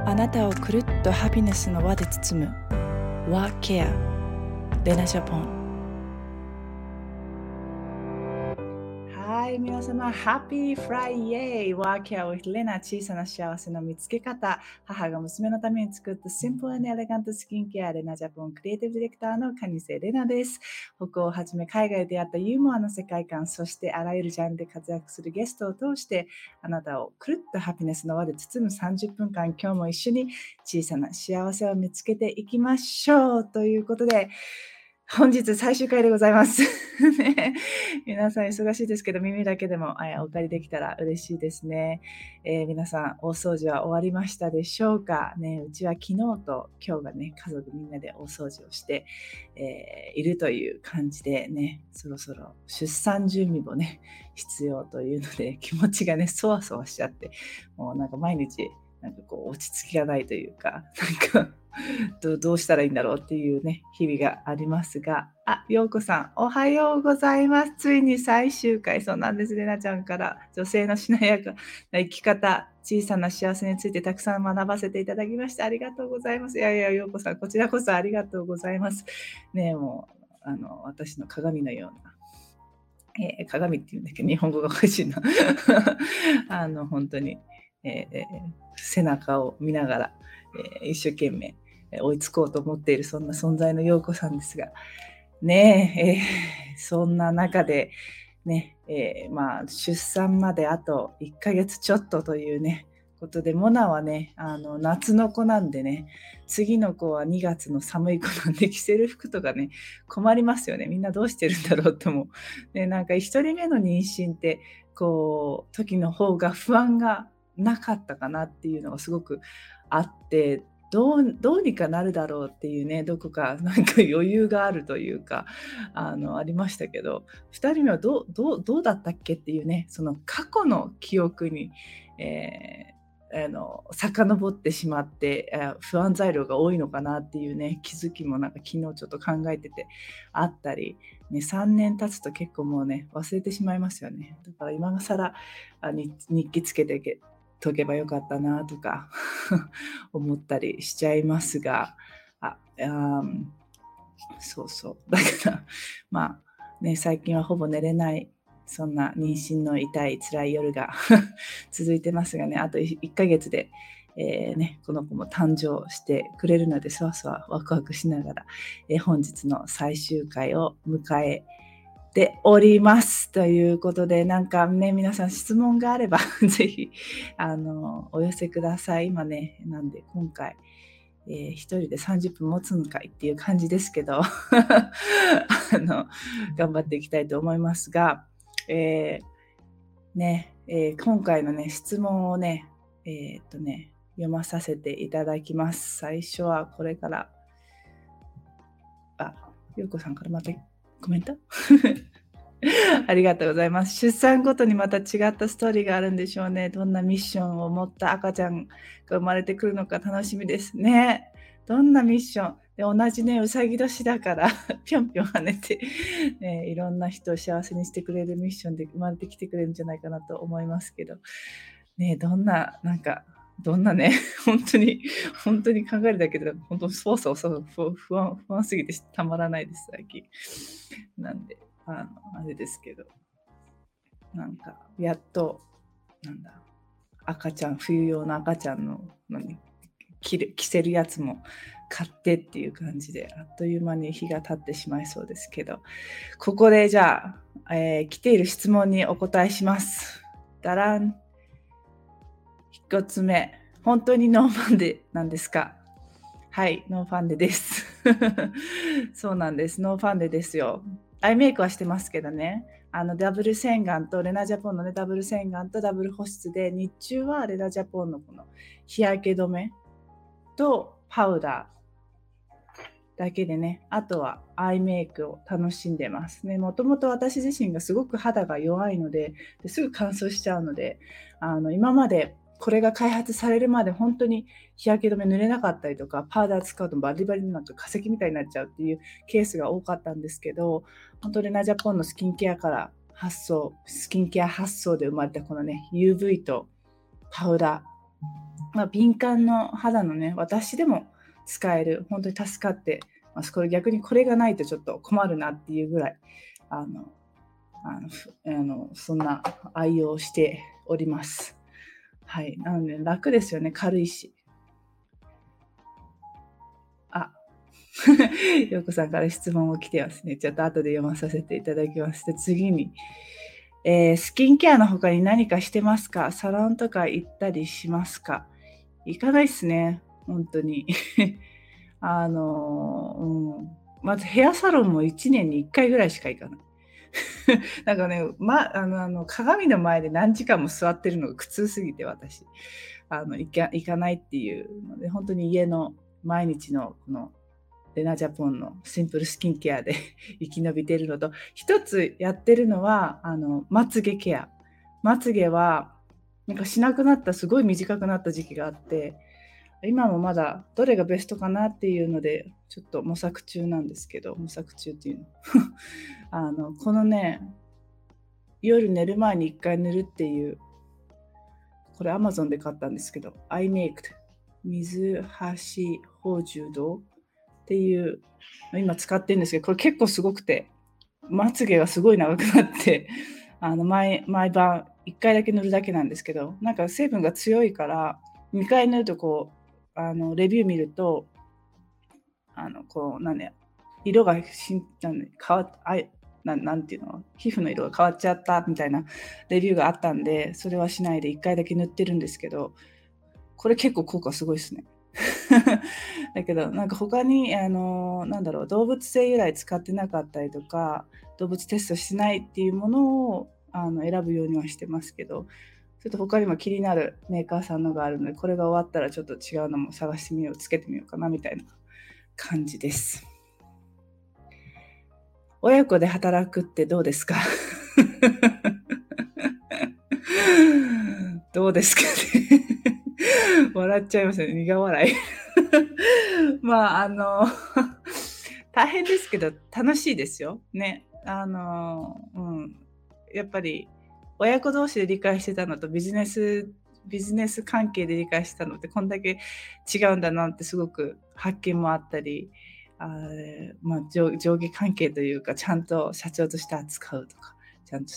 あなたをくるっとハピネスの輪で包むワーケアレナジャポン。はい、皆様、ハッピーフライデー。ワーケアをレナ、小さな幸せの見つけ方。母が娘のために作ったシンプル&エレガントスキンケア、レナジャポンクリエイティブディレクターの蟹瀬レナです。北欧をはじめ海外で出会ったユーモアの世界観、そしてあらゆるジャンルで活躍するゲストを通して、あなたをくるっとハピネスの輪で包む30分間、今日も一緒に小さな幸せを見つけていきましょう。ということで、本日最終回でございます、ね。皆さん忙しいですけど、耳だけでもお借りできたら嬉しいですね。皆さん、大掃除は終わりましたでしょうか、ね。うちは昨日と今日がね、家族みんなで大掃除をして、いるという感じでね、そろそろ出産準備もね、必要というので、気持ちがね、そわそわしちゃって、もうなんか毎日、なんかこう落ち着きがないというか、なんかどうしたらいいんだろうっていうね、日々がありますが、ようこさん、おはようございます。ついに最終回、そうなんです。れなちゃんから女性のしなやかな生き方、小さな幸せについてたくさん学ばせていただきました。ありがとうございます。いやいや、ようこさん、こちらこそありがとうございます。ねえ、もう、私の鏡のような。鏡っていうんだけど、日本語がおかしいな。本当に、背中を見ながら、一生懸命追いつこうと思っているそんな存在の陽子さんですが、ねそんな中で、ね出産まであと1ヶ月ちょっとというね、ことで、モナはね、夏の子なんでね、次の子は2月の寒い子なんで、着せる服とかね、困りますよね。みんなどうしてるんだろうって思う。で、なんか1人目の妊娠って、時の方が不安がなかったかなっていうのがすごくあって、どうにかなるだろうっていうね、どこかなんか余裕があるというか、ありましたけど、2人目はどうだったっけっていうね、その過去の記憶に、遡ってしまって、不安材料が多いのかなっていうね、気づきもなんか昨日ちょっと考えててあったり、ね、3年経つと結構もうね、忘れてしまいますよね。だから今更日記つけてとけばよかったなとか思ったりしちゃいますが、そうそう。だからね、最近はほぼ寝れない、そんな妊娠の痛い辛い夜が続いてますがね、あと1ヶ月で、この子も誕生してくれるので、そわそわワクワクしながら、本日の最終回を迎えておりますということで、なんかね、皆さん質問があればぜひお寄せください。今ね、なんで今回一人で30分持つんかいっていう感じですけど頑張っていきたいと思いますが、今回のね質問をね読まさせていただきます。最初はこれからゆうこさんからまたコメントありがとうございます。出産ごとにまた違ったストーリーがあるんでしょうね。どんなミッションを持った赤ちゃんが生まれてくるのか楽しみですね。どんなミッションで、同じね、うさぎ年だからぴょんぴょん跳ねて、いろんな人を幸せにしてくれるミッションで生まれてきてくれるんじゃないかなと思いますけど、ね、どんなね、本当に考えるだけで、本当不安すぎてたまらないです、最近。なんで、あれですけど、なんか、やっと、冬用の赤ちゃんの、着せるやつも買ってっていう感じで、あっという間に日が経ってしまいそうですけど、ここでじゃあ、来ている質問にお答えします。だらん。1つ目、本当にノーファンデなんですか？はい、ノーファンデです。そうなんです。ノーファンデですよ。アイメイクはしてますけどね。ダブル洗顔とレナジャポンのね、ダブル洗顔とダブル保湿で、日中はレナジャポンのこの日焼け止めとパウダーだけでね、あとはアイメイクを楽しんでますね。もともと私自身がすごく肌が弱いのですぐ乾燥しちゃうので、今までこれが開発されるまで本当に日焼け止め塗れなかったりとか、パウダー使うとバリバリなんか化石みたいになっちゃうっていうケースが多かったんですけど、本当レナジャポンのスキンケア発想で生まれたこのね、UV とパウダー敏感の肌のね、私でも使える、本当に助かってます。これ逆にこれがないとちょっと困るなっていうぐらい、あの、そんな愛用しております。はい。なので楽ですよね、軽いし。あ、ようこさんから質問を来てますね。ちょっと後で読まさせていただきます。で、次に、スキンケアの他に何かしてますか？サロンとか行ったりしますか？行かないっすね、本当に。まずヘアサロンも1年に1回ぐらいしか行かない。なんかね、鏡の前で何時間も座ってるのが苦痛すぎて、私。行かないっていうので、本当に家の毎日のこのレナジャポンのシンプルスキンケアで生き延びてるのと、一つやってるのは、まつげケア。まつげは、なんかしなくなった、すごい短くなった時期があって、今もまだどれがベストかなっていうので、ちょっと模索中なんですけど、模索中っていうの。このね、夜寝る前に1回塗るっていう、これ Amazon で買ったんですけど、アイメイク水橋宝珠堂っていう今使ってるんですけど、これ結構すごくて、まつげがすごい長くなって、毎晩1回だけ塗るだけなんですけど、なんか成分が強いから、2回塗るとこう、レビュー見ると、こう、色が変わっなんていうの、皮膚の色が変わっちゃったみたいなレビューがあったんで、それはしないで1回だけ塗ってるんですけど、これ結構効果すごいですね。だけど、なんか他に、動物性由来使ってなかったりとか、動物テストしてないっていうものを選ぶようにはしてますけど、ちょっと他にも気になるメーカーさんのがあるので、これが終わったらちょっと違うのも探してみよう、つけてみようかなみたいな感じです。親子で働くってどうですか？どうですかね。笑っちゃいますね。苦笑い。大変ですけど楽しいですよ。ね。やっぱり親子同士で理解してたのとビジネス関係で理解してたのってこんだけ違うんだなってすごく発見もあったり、上下関係というかちゃんと社長として扱うとか、ちゃんと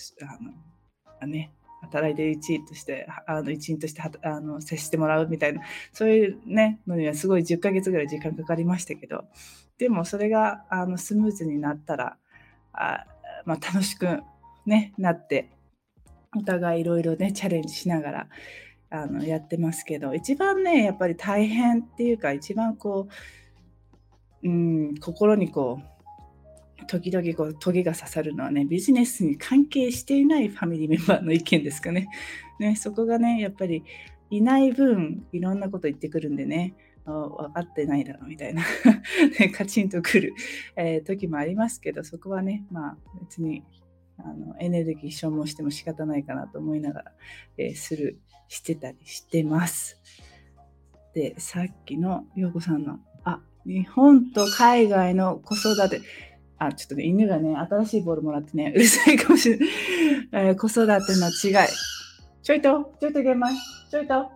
働いてる一員として接してもらうみたいな、そういうねのにはすごい10ヶ月ぐらい時間かかりましたけど、でもそれがスムーズになったら楽しくねなって、お互いいろいろねチャレンジしながらやってますけど、一番ねやっぱり大変っていうか、一番こう心にこう時々こうトゲが刺さるのはね、ビジネスに関係していないファミリーメンバーの意見ですかね。ね、そこがねやっぱりいない分いろんなこと言ってくるんでね、分かってないだろうみたいなね、カチンとくる、時もありますけど、そこはね別にエネルギー消耗しても仕方ないかなと思いながら、してたりしてます。で、さっきの陽子さんの日本と海外の子育て、ちょっとね犬がね新しいボールもらってねうるさいかもしれない、子育ての違い、ちょいと玄米ちょいと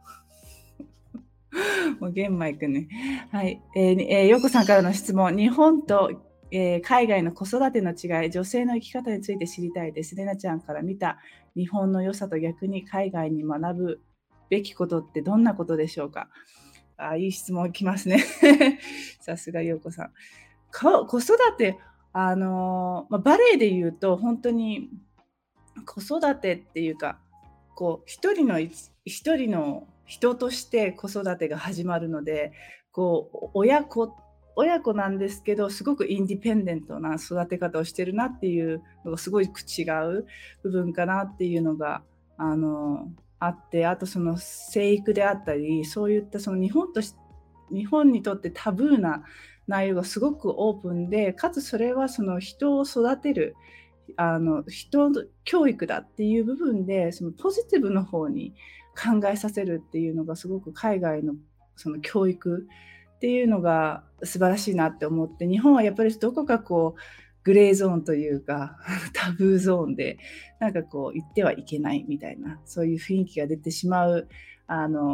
もう玄米くんね。はい。陽子さんからの質問、日本と海外の子育ての違い、女性の生き方について知りたいです。レナちゃんから見た日本の良さと逆に海外に学ぶべきことってどんなことでしょうか？いい質問きますね。さすが陽子さん。子育て、バレエで言うと本当に子育てっていうか、こう一人の人として子育てが始まるので、こう親子なんですけど、すごくインディペンデントな育て方をしてるなっていうのがすごい違う部分かなっていうのがあって、あとその生育であったり、そういったその日本にとってタブーな内容がすごくオープンで、かつそれはその人を育てる人の教育だっていう部分で、そのポジティブの方に考えさせるっていうのがすごく海外のその教育っていうのが素晴らしいなって思って、日本はやっぱりどこかこうグレーゾーンというかタブーゾーンでなんかこう言ってはいけないみたいな、そういう雰囲気が出てしまう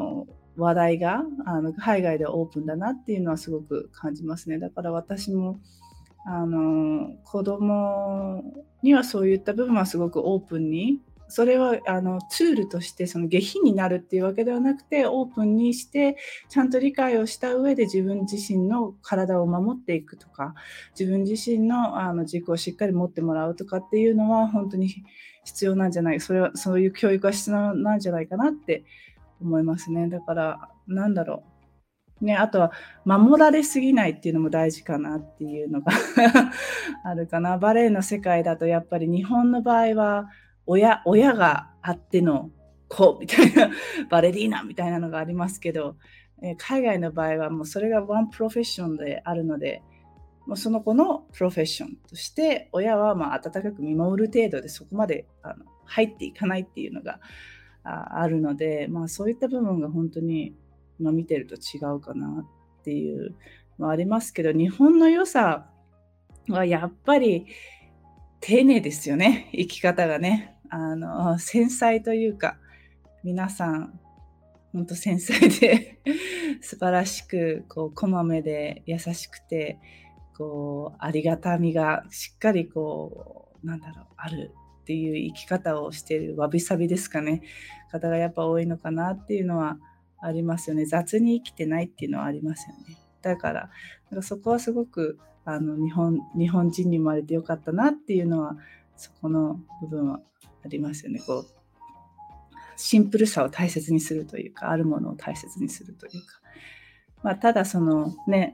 話題が海外ではオープンだなっていうのはすごく感じますね。だから私も子供にはそういった部分はすごくオープンに、それはツールとしてその下品になるっていうわけではなくて、オープンにしてちゃんと理解をした上で自分自身の体を守っていくとか、自分自身の軸をしっかり持ってもらうとかっていうのは本当に必要なんじゃない、そういう教育が必要なんじゃないかなって思いますね。だからなんだろうね、あとは守られすぎないっていうのも大事かなっていうのがあるかな。バレエの世界だとやっぱり日本の場合は親があっての子みたいなバレリーナみたいなのがありますけど、海外の場合はもうそれがワンプロフェッションであるので、もうその子のプロフェッションとして親は温かく見守る程度でそこまで入っていかないっていうのがあるので、そういった部分が本当に見てると違うかなっていうのはありますけど、日本の良さはやっぱり丁寧ですよね。生き方がね。繊細というか、皆さん本当繊細で素晴らしくこまめで優しくて、ありがたみがしっかりあるっていう生き方をしているわびさびですかね、方がやっぱ多いのかなっていうのはありますよね。雑に生きてないっていうのはありますよね。だからそこはすごく日本人に生まれてよかったなっていうのは、そこの部分はありますよね。シンプルさを大切にするというか、あるものを大切にするというか、ただそのね、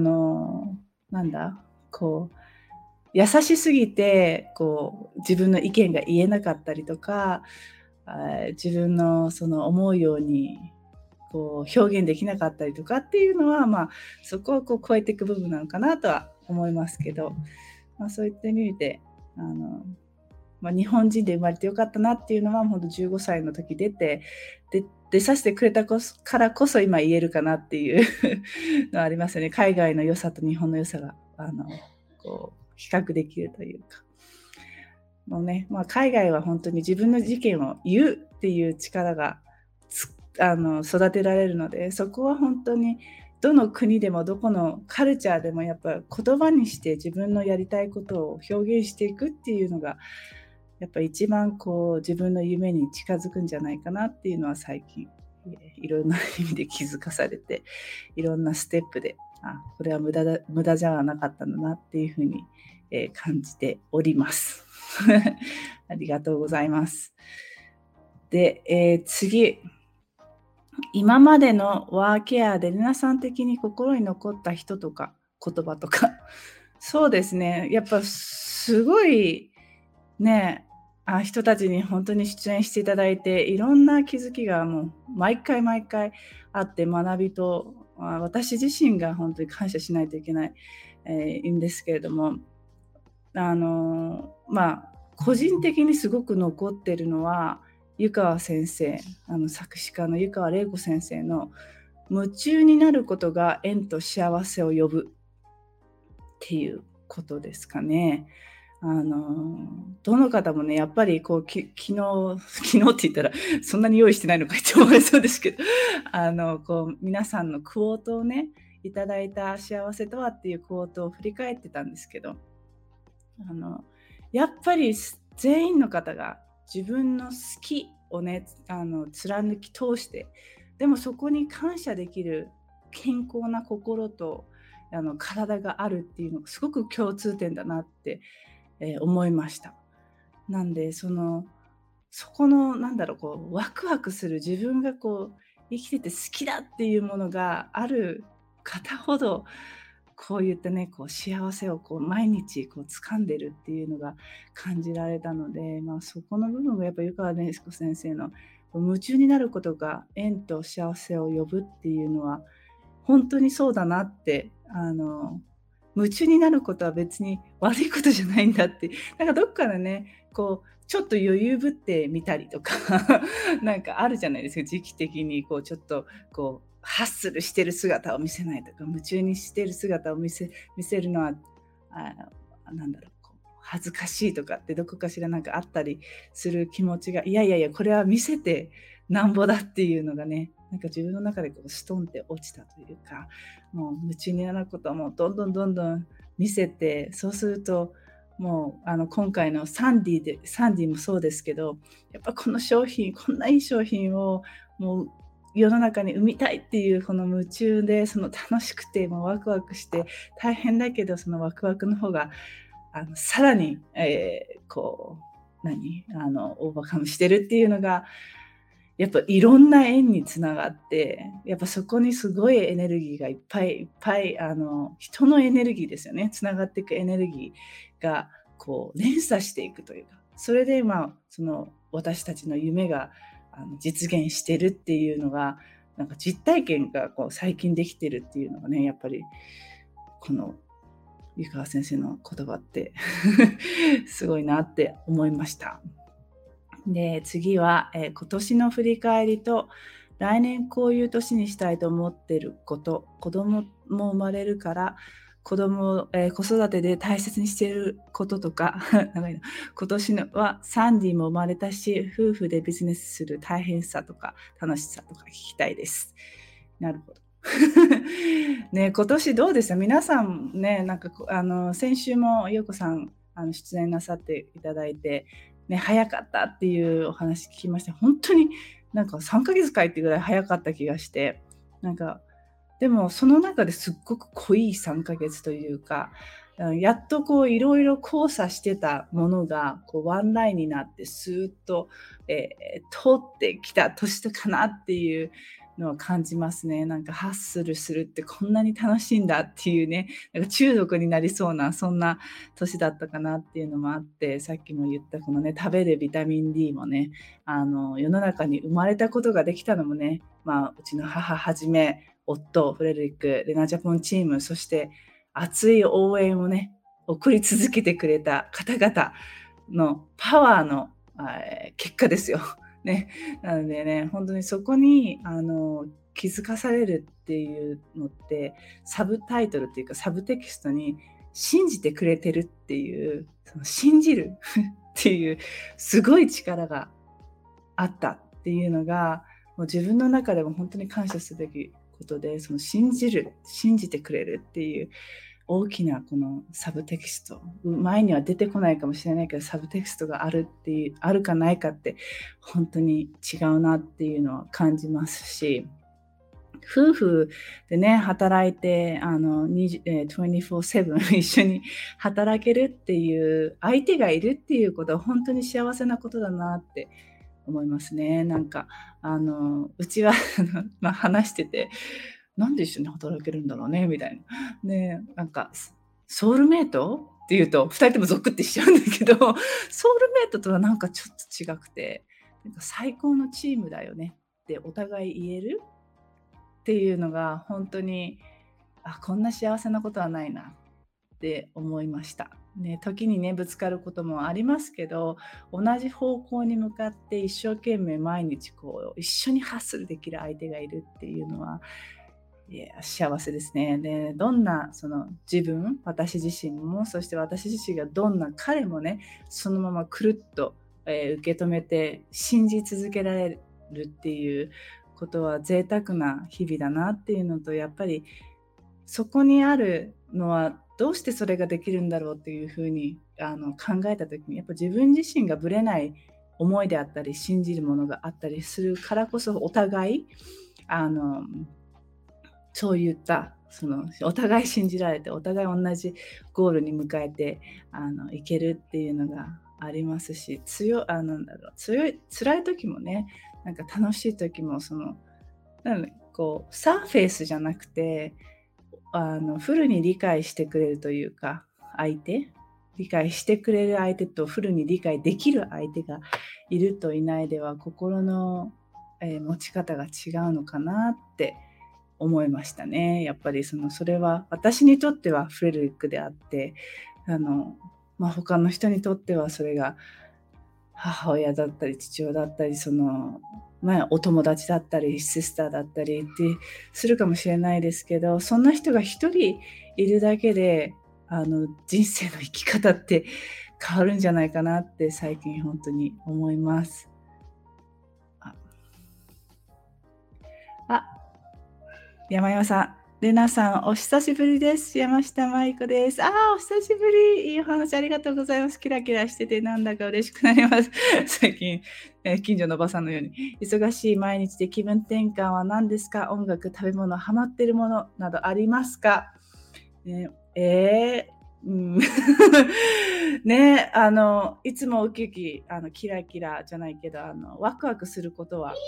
優しすぎて自分の意見が言えなかったりとか、自分のその思うように表現できなかったりとかっていうのは、そこを超えていく部分なのかなとは思いますけど、そういった意味で日本人で生まれてよかったなっていうのは、本当15歳の時出させてくれたからこそ今言えるかなっていうのはありますよね。海外の良さと日本の良さが比較できるというか。もうね、海外は本当に自分の意見を言うっていう力が育てられるので、そこは本当にどの国でもどこのカルチャーでもやっぱ言葉にして自分のやりたいことを表現していくっていうのがやっぱ一番自分の夢に近づくんじゃないかなっていうのは最近いろんな意味で気づかされて、いろんなステップでこれは無駄じゃなかったんだなっていうふうに感じておりますありがとうございます。で、次、今までのワーケアでレナさん的に心に残った人とか言葉とかそうですね、やっぱすごいね、人たちに本当に出演していただいて、いろんな気づきがもう毎回あって、学びと私自身が本当に感謝しないといけない、んですけれども、個人的にすごく残っているのは湯川先生、作詞家の湯川玲子先生の夢中になることが縁と幸せを呼ぶっていうことですかね。どの方もね、やっぱり昨日って言ったらそんなに用意してないのかって思われそうですけど皆さんのクォートをねいただいた幸せとはっていうクォートを振り返ってたんですけど、やっぱり全員の方が自分の好きをね貫き通して、でもそこに感謝できる健康な心と体があるっていうのがすごく共通点だなって思いました。なんでそこのワクワクする自分が生きてて好きだっていうものがある方ほどこういったね幸せを毎日掴んでるっていうのが感じられたので、そこの部分がやっぱ湯川玲子先生の夢中になることが縁と幸せを呼ぶっていうのは本当にそうだなって夢中になることは別に悪いことじゃないんだって、どっかでねちょっと余裕ぶってみたりとかあるじゃないですか、時期的にちょっとハッスルしてる姿を見せないとか、夢中にしてる姿を見せるのは恥ずかしいとかってどこかしらあったりする気持ちが、いやこれは見せてなんぼだっていうのがねなんか自分の中でこうストンって落ちたというか、もう夢中になることはもうどんどんどんどん見せて、そうするともう今回のサンディもそうですけど、やっぱこの商品、こんないい商品をもう世の中に生みたいっていうこの夢中で、その楽しくてもうワクワクして大変だけど、そのワクワクの方がさらに、こうオーバーカムしてるっていうのが、やっぱいろんな縁につながって、やっぱそこにすごいエネルギーがいっぱいいっぱい、人のエネルギーですよね。つながっていくエネルギーが、こう連鎖していくというか、それでその私たちの夢が実現してるっていうのが、なんか実体験がこう最近できてるっていうのがね、やっぱりこの湯川先生の言葉ってすごいなって思いました。で、次は、今年の振り返りと、来年こういう年にしたいと思ってること、子供も生まれるから、子育てで大切にしていることとか、長いな。今年のはサンディも生まれたし、夫婦でビジネスする大変さとか楽しさとか聞きたいです。なるほど。ね、今年どうでした？皆さんね、なんか先週もゆうこさん出演なさっていただいて、ね、早かったっていうお話聞きました。本当になんか3ヶ月かいってぐらい早かった気がして、なんかでもその中ですっごく濃い3ヶ月というか、やっとこういろいろ交差してたものがこうワンラインになってスーッと、通ってきた年かなっていうのを感じますね。なんかハッスルするってこんなに楽しいんだっていうね、なんか中毒になりそうなそんな年だったかなっていうのもあって、さっきも言ったこのね、食べるビタミン D もね、世の中に生まれたことができたのもね、うちの母はじめ、夫、フレデリック、レナジャポンチーム、そして熱い応援をね、送り続けてくれた方々のパワーの結果ですよ。ね。なのでね、本当にそこに気づかされるっていうのって、サブタイトルっていうか、サブテキストに信じてくれてるっていう、その信じるっていうすごい力があったっていうのが、もう自分の中でも本当に感謝すべきことで、その信じてくれるっていう大きなこのサブテキスト、前には出てこないかもしれないけど、サブテキストがあるかないかって本当に違うなっていうのは感じますし、夫婦でね、働いて、24/7 一緒に働けるっていう相手がいるっていうことは本当に幸せなことだなって思いますね。なんか、うちは話してて、なんで一緒に働けるんだろうねみたいな。ね、なんか、ソウルメイトって言うと、2人ともゾクってしちゃうんだけど、ソウルメイトとはなんかちょっと違くて、なんか最高のチームだよねってお互い言えるっていうのが本当に、こんな幸せなことはないなって思いました。ね、時にねぶつかることもありますけど、同じ方向に向かって一生懸命毎日こう一緒にハッスルできる相手がいるっていうのは、いや幸せですね。で、どんなその私自身も、そして私自身がどんな彼もね、そのままくるっと、受け止めて信じ続けられるっていうことは贅沢な日々だなっていうのと、やっぱりそこにあるのはどうしてそれができるんだろうっていうふうに考えた時に、やっぱ自分自身がぶれない思いであったり信じるものがあったりするからこそ、お互いそういったそのお互い信じられて、お互い同じゴールに向かえていけるっていうのがありますし、辛い時もね、なんか楽しい時もこうサーフェイスじゃなくて、フルに理解してくれるというか、理解してくれる相手とフルに理解できる相手がいるといないでは、心の、持ち方が違うのかなって思いましたね。やっぱりそれは私にとってはフレデリックであって、他の人にとってはそれが母親だったり父親だったり、お友達だったりシスターだったりってするかもしれないですけど、そんな人が一人いるだけで人生の生き方って変わるんじゃないかなって最近本当に思います。 あ、山々さん。レナさん、お久しぶりです。山下舞子です。お久しぶり。いいお話ありがとうございます。キラキラしててなんだか嬉しくなります。最近、近所のおばさんのように。忙しい毎日で気分転換は何ですか？音楽、食べ物、ハマってるものなどありますか？うん、ね、いつもウキウキ、キラキラじゃないけど、ワクワクすることは、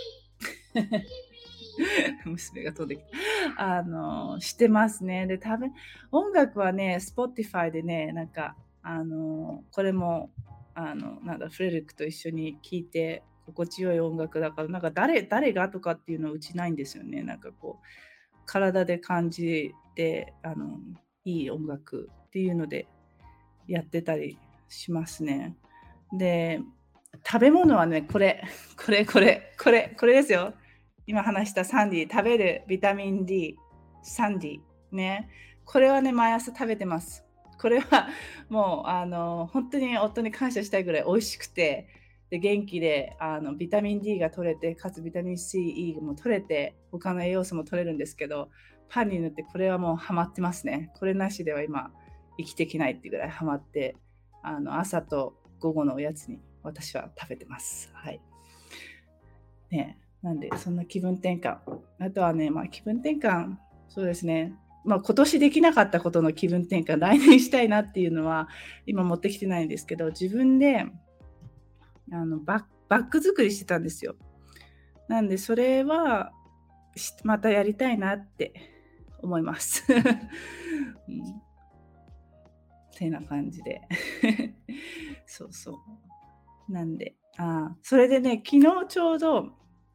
娘が飛んできた。してますね。で、音楽はね、Spotify でね、なんか、これも、なんだ、フレルクと一緒に聴いて、心地よい音楽だから、なんか誰がとかっていうのはうちないんですよね。なんかこう、体で感じて、いい音楽っていうのでやってたりしますね。で、食べ物はね、これですよ。今話したサンディ、食べるビタミン D、サンディ、ね。これはね、毎朝食べてます。これはもう、本当に夫に感謝したいぐらい美味しくて、で元気でビタミン D が取れて、かつビタミン C、E も取れて、他の栄養素も取れるんですけど、パンに塗ってこれはもうハマってますね。これなしでは今生きていけないっていうぐらいハマって、朝と午後のおやつに私は食べてます。はい。ね、なんでそんな気分転換。あとはね、気分転換、そうですね。今年できなかったことの気分転換、来年したいなっていうのは今持ってきてないんですけど、自分でバッグ作りしてたんですよ。なんでそれはまたやりたいなって思います。てな感じで。そうそう。なんで、それでね、昨日ちょうど、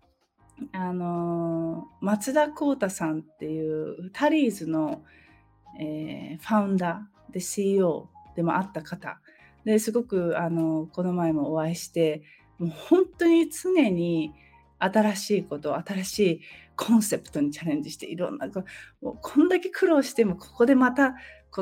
松田光太さんっていうタリーズの、ファウンダーで CEO でもあった方ですごくこの前もお会いして、もう本当に常に新しいこと、新しいコンセプトにチャレンジして、いろんなもうこんだけ苦労してもここでまた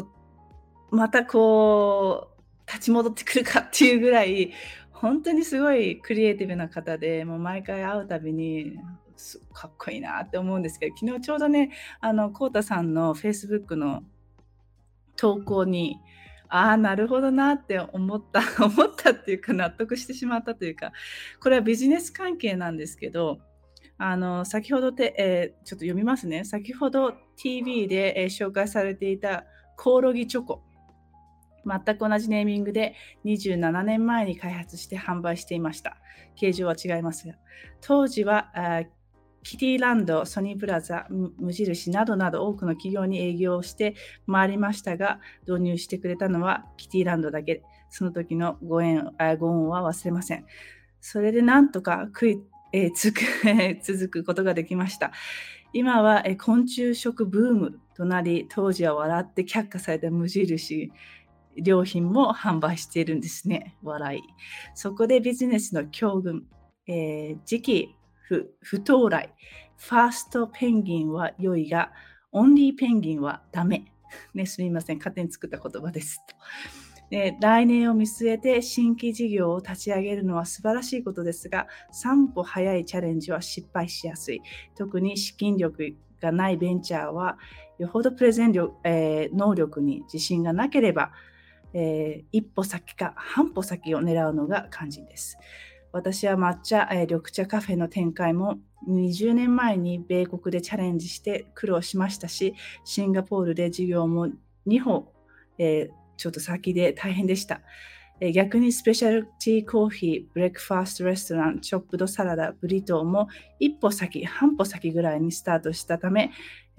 立ち戻ってくるかっていうぐらい本当にすごいクリエイティブな方で、もう毎回会うたびにかっこいいなって思うんですけど、昨日ちょうどね、コウタさんの Facebook の投稿に、なるほどなって思ったっていうか、納得してしまったというか、これはビジネス関係なんですけど、先ほどちょっと読みますね。先ほど TV で、紹介されていたコオロギチョコ。全く同じネーミングで27年前に開発して販売していました。形状は違いますが。当時はキティランド、ソニープラザ、無印などなど多くの企業に営業して回りましたが、導入してくれたのはキティランドだけ。その時のご恩は忘れません。それでなんとか続くことができました。今は昆虫食ブームとなり、当時は笑って却下された無印良品も販売しているんですね。笑い。そこでビジネスの教訓、時期不到来、ファーストペンギンは良いが、オンリーペンギンはダメ。ね、すみません。勝手に作った言葉です。来年を見据えて新規事業を立ち上げるのは素晴らしいことですが、3歩早いチャレンジは失敗しやすい。特に資金力がないベンチャーは、よほどプレゼン力、能力に自信がなければ、一歩先か半歩先を狙うのが肝心です。私は抹茶、緑茶カフェの展開も20年前に米国でチャレンジして苦労しましたし、シンガポールで事業も2歩、ちょっと先で大変でした。逆にスペシャルティーコーヒー、ブレックファーストレストラン、チョップドサラダ、ブリトーも一歩先、半歩先ぐらいにスタートしたため、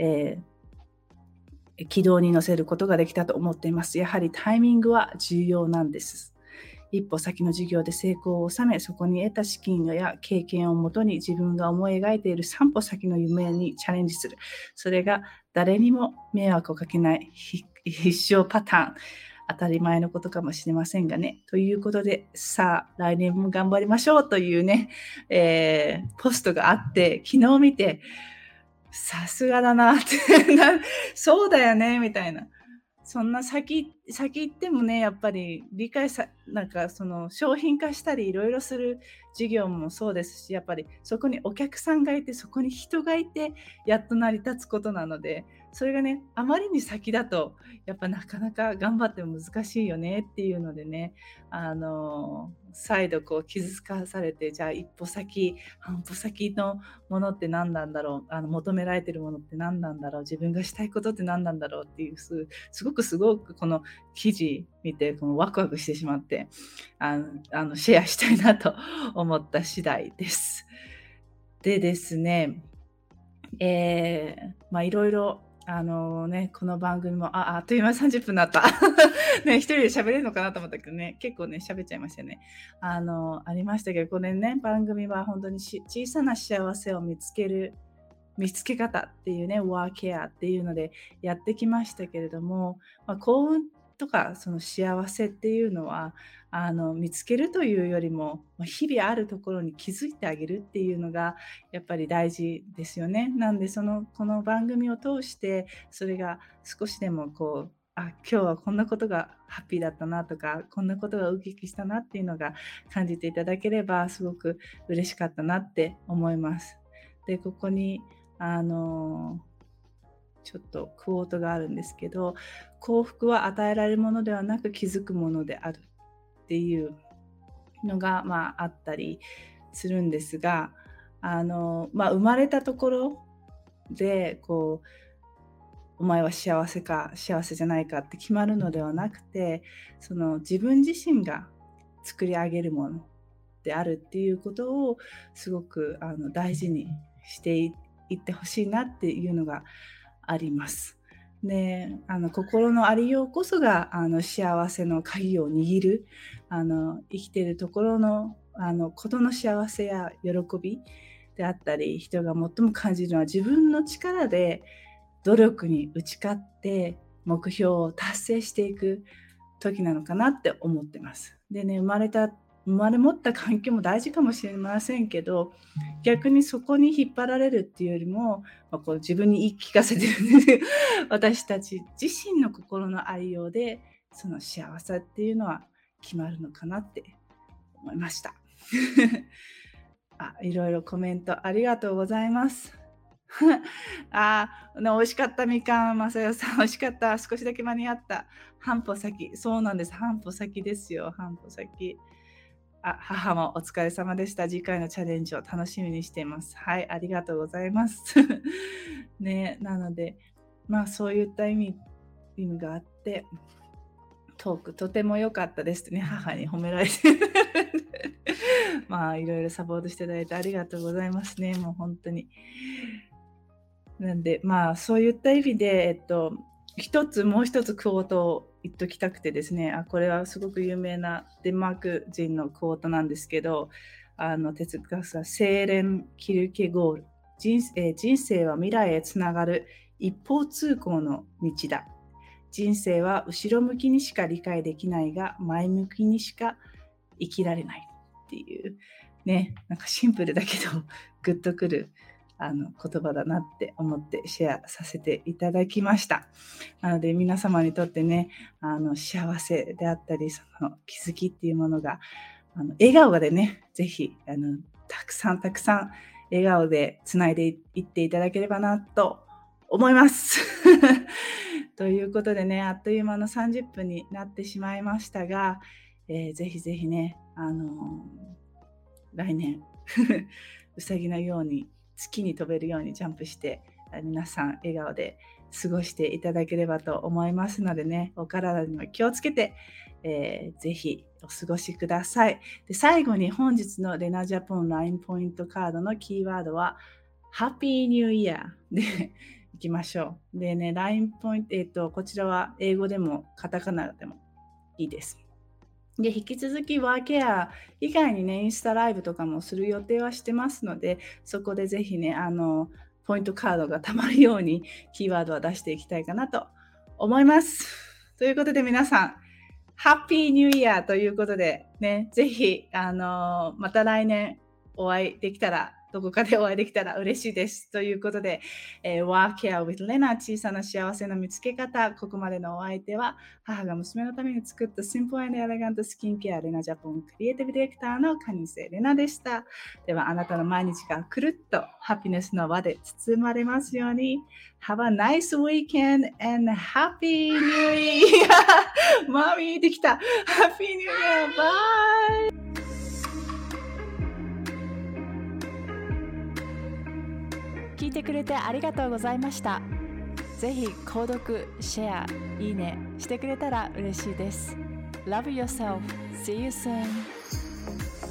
軌道に乗せることができたと思っています。やはりタイミングは重要なんです。一歩先の事業で成功を収め、そこに得た資金や経験をもとに自分が思い描いている3歩先の夢にチャレンジする。それが誰にも迷惑をかけない必勝パターン。当たり前のことかもしれませんがね。ということで、さあ、来年も頑張りましょうというね、ポストがあって、昨日見て、さすがだなってそうだよねみたいな。そんな先先行ってもね、やっぱりなんかその商品化したりいろいろする事業もそうですし、やっぱりそこにお客さんがいて、そこに人がいて、やっと成り立つことなので、それがね、あまりに先だと、やっぱなかなか頑張っても難しいよねっていうのでね、再度こう気づかされて、じゃあ一歩先、半歩先のものって何なんだろう、求められているものって何なんだろう、自分がしたいことって何なんだろうっていう、すごくこの記事見てこのワクワクしてしまって、シェアしたいなと思った次第です。でですね、いろいろこの番組もあっという間に30分になったね、一人で喋れるのかなと思ったけどね、結構ね喋っちゃいましたよね。ありましたけど、これね、番組は本当に小さな幸せを見つけ方っていうね、ワーケアっていうのでやってきましたけれども、幸運とかその幸せっていうのは見つけるというよりも、日々あるところに気づいてあげるっていうのがやっぱり大事ですよね。なんでこの番組を通してそれが少しでもこう、今日はこんなことがハッピーだったなとか、こんなことがウキウキしたなっていうのが感じていただければすごく嬉しかったなって思います。で、ここにちょっとクォートがあるんですけど、幸福は与えられるものではなく気づくものであるっていうのが、あったりするんですが、生まれたところでこうお前は幸せか幸せじゃないかって決まるのではなくて、その自分自身が作り上げるものであるっていうことをすごく大事にしていってほしいなっていうのがあります。で、心のありようこそが幸せの鍵を握る生きているところのことの幸せや喜びであったり、人が最も感じるのは自分の力で努力に打ち勝って目標を達成していく時なのかなって思ってます。でね、生まれ持った環境も大事かもしれませんけど、逆にそこに引っ張られるっていうよりも、こう自分に言い聞かせてるんですよ。私たち自身の心のありようでその幸せっていうのは決まるのかなって思いました。いろいろコメントありがとうございます。美味しかったみかん、まさよさん美味しかった。少しだけ間に合った。半歩先。そうなんです。半歩先ですよ。半歩先。母もお疲れ様でした。次回のチャレンジを楽しみにしています。はい、ありがとうございます。ね、なので、そういった意味があって、トークとても良かったですね。母に褒められて。いろいろサポートしていただいてありがとうございますね。もう本当に。なんで、そういった意味で、もう一つクォートを言っときたくてですね、これはすごく有名なデンマーク人のクォートなんですけど、哲学者セーレン・キルケゴール、人生は未来へつながる一方通行の道だ。人生は後ろ向きにしか理解できないが、前向きにしか生きられないっていうね、なんかシンプルだけどグッとくる言葉だなって思ってシェアさせていただきました。なので皆様にとってね、幸せであったり、その気づきっていうものが笑顔でね、ぜひたくさん笑顔でつないでいっていただければなと思います。ということでね、あっという間の30分になってしまいましたが、ぜひぜひね、来年うさぎのように月に飛べるようにジャンプして皆さん笑顔で過ごしていただければと思いますのでね、お体にも気をつけて、ぜひお過ごしください。で、最後に本日のレナジャポン LINE ポイントカードのキーワードはハッピーニューイヤーでいきましょう。でね、LINE ポイント、こちらは英語でもカタカナでもいいです。で、引き続きワーケア以外にね、インスタライブとかもする予定はしてますので、そこでぜひね、ポイントカードがたまるようにキーワードは出していきたいかなと思います。ということで皆さん、ハッピーニューイヤーということでね、ぜひ、また来年お会いできたらどこかでお会いできたら嬉しいです。ということで、Work Care with Lena 小さな幸せの見つけ方。ここまでのお相手は、母が娘のために作った Simple and Elegant スキンケアレナジャポンクリエイティブディレクターのカニセレナでした。では、あなたの毎日がくるっとハピネスの輪で包まれますように。Have a nice weekend and Happy New Year! マミーできた Happy New Year! Bye! 聞いてくれてありがとうございました。ぜひ購読、シェア、いいねしてくれたら嬉しいです。Love yourself. See you soon.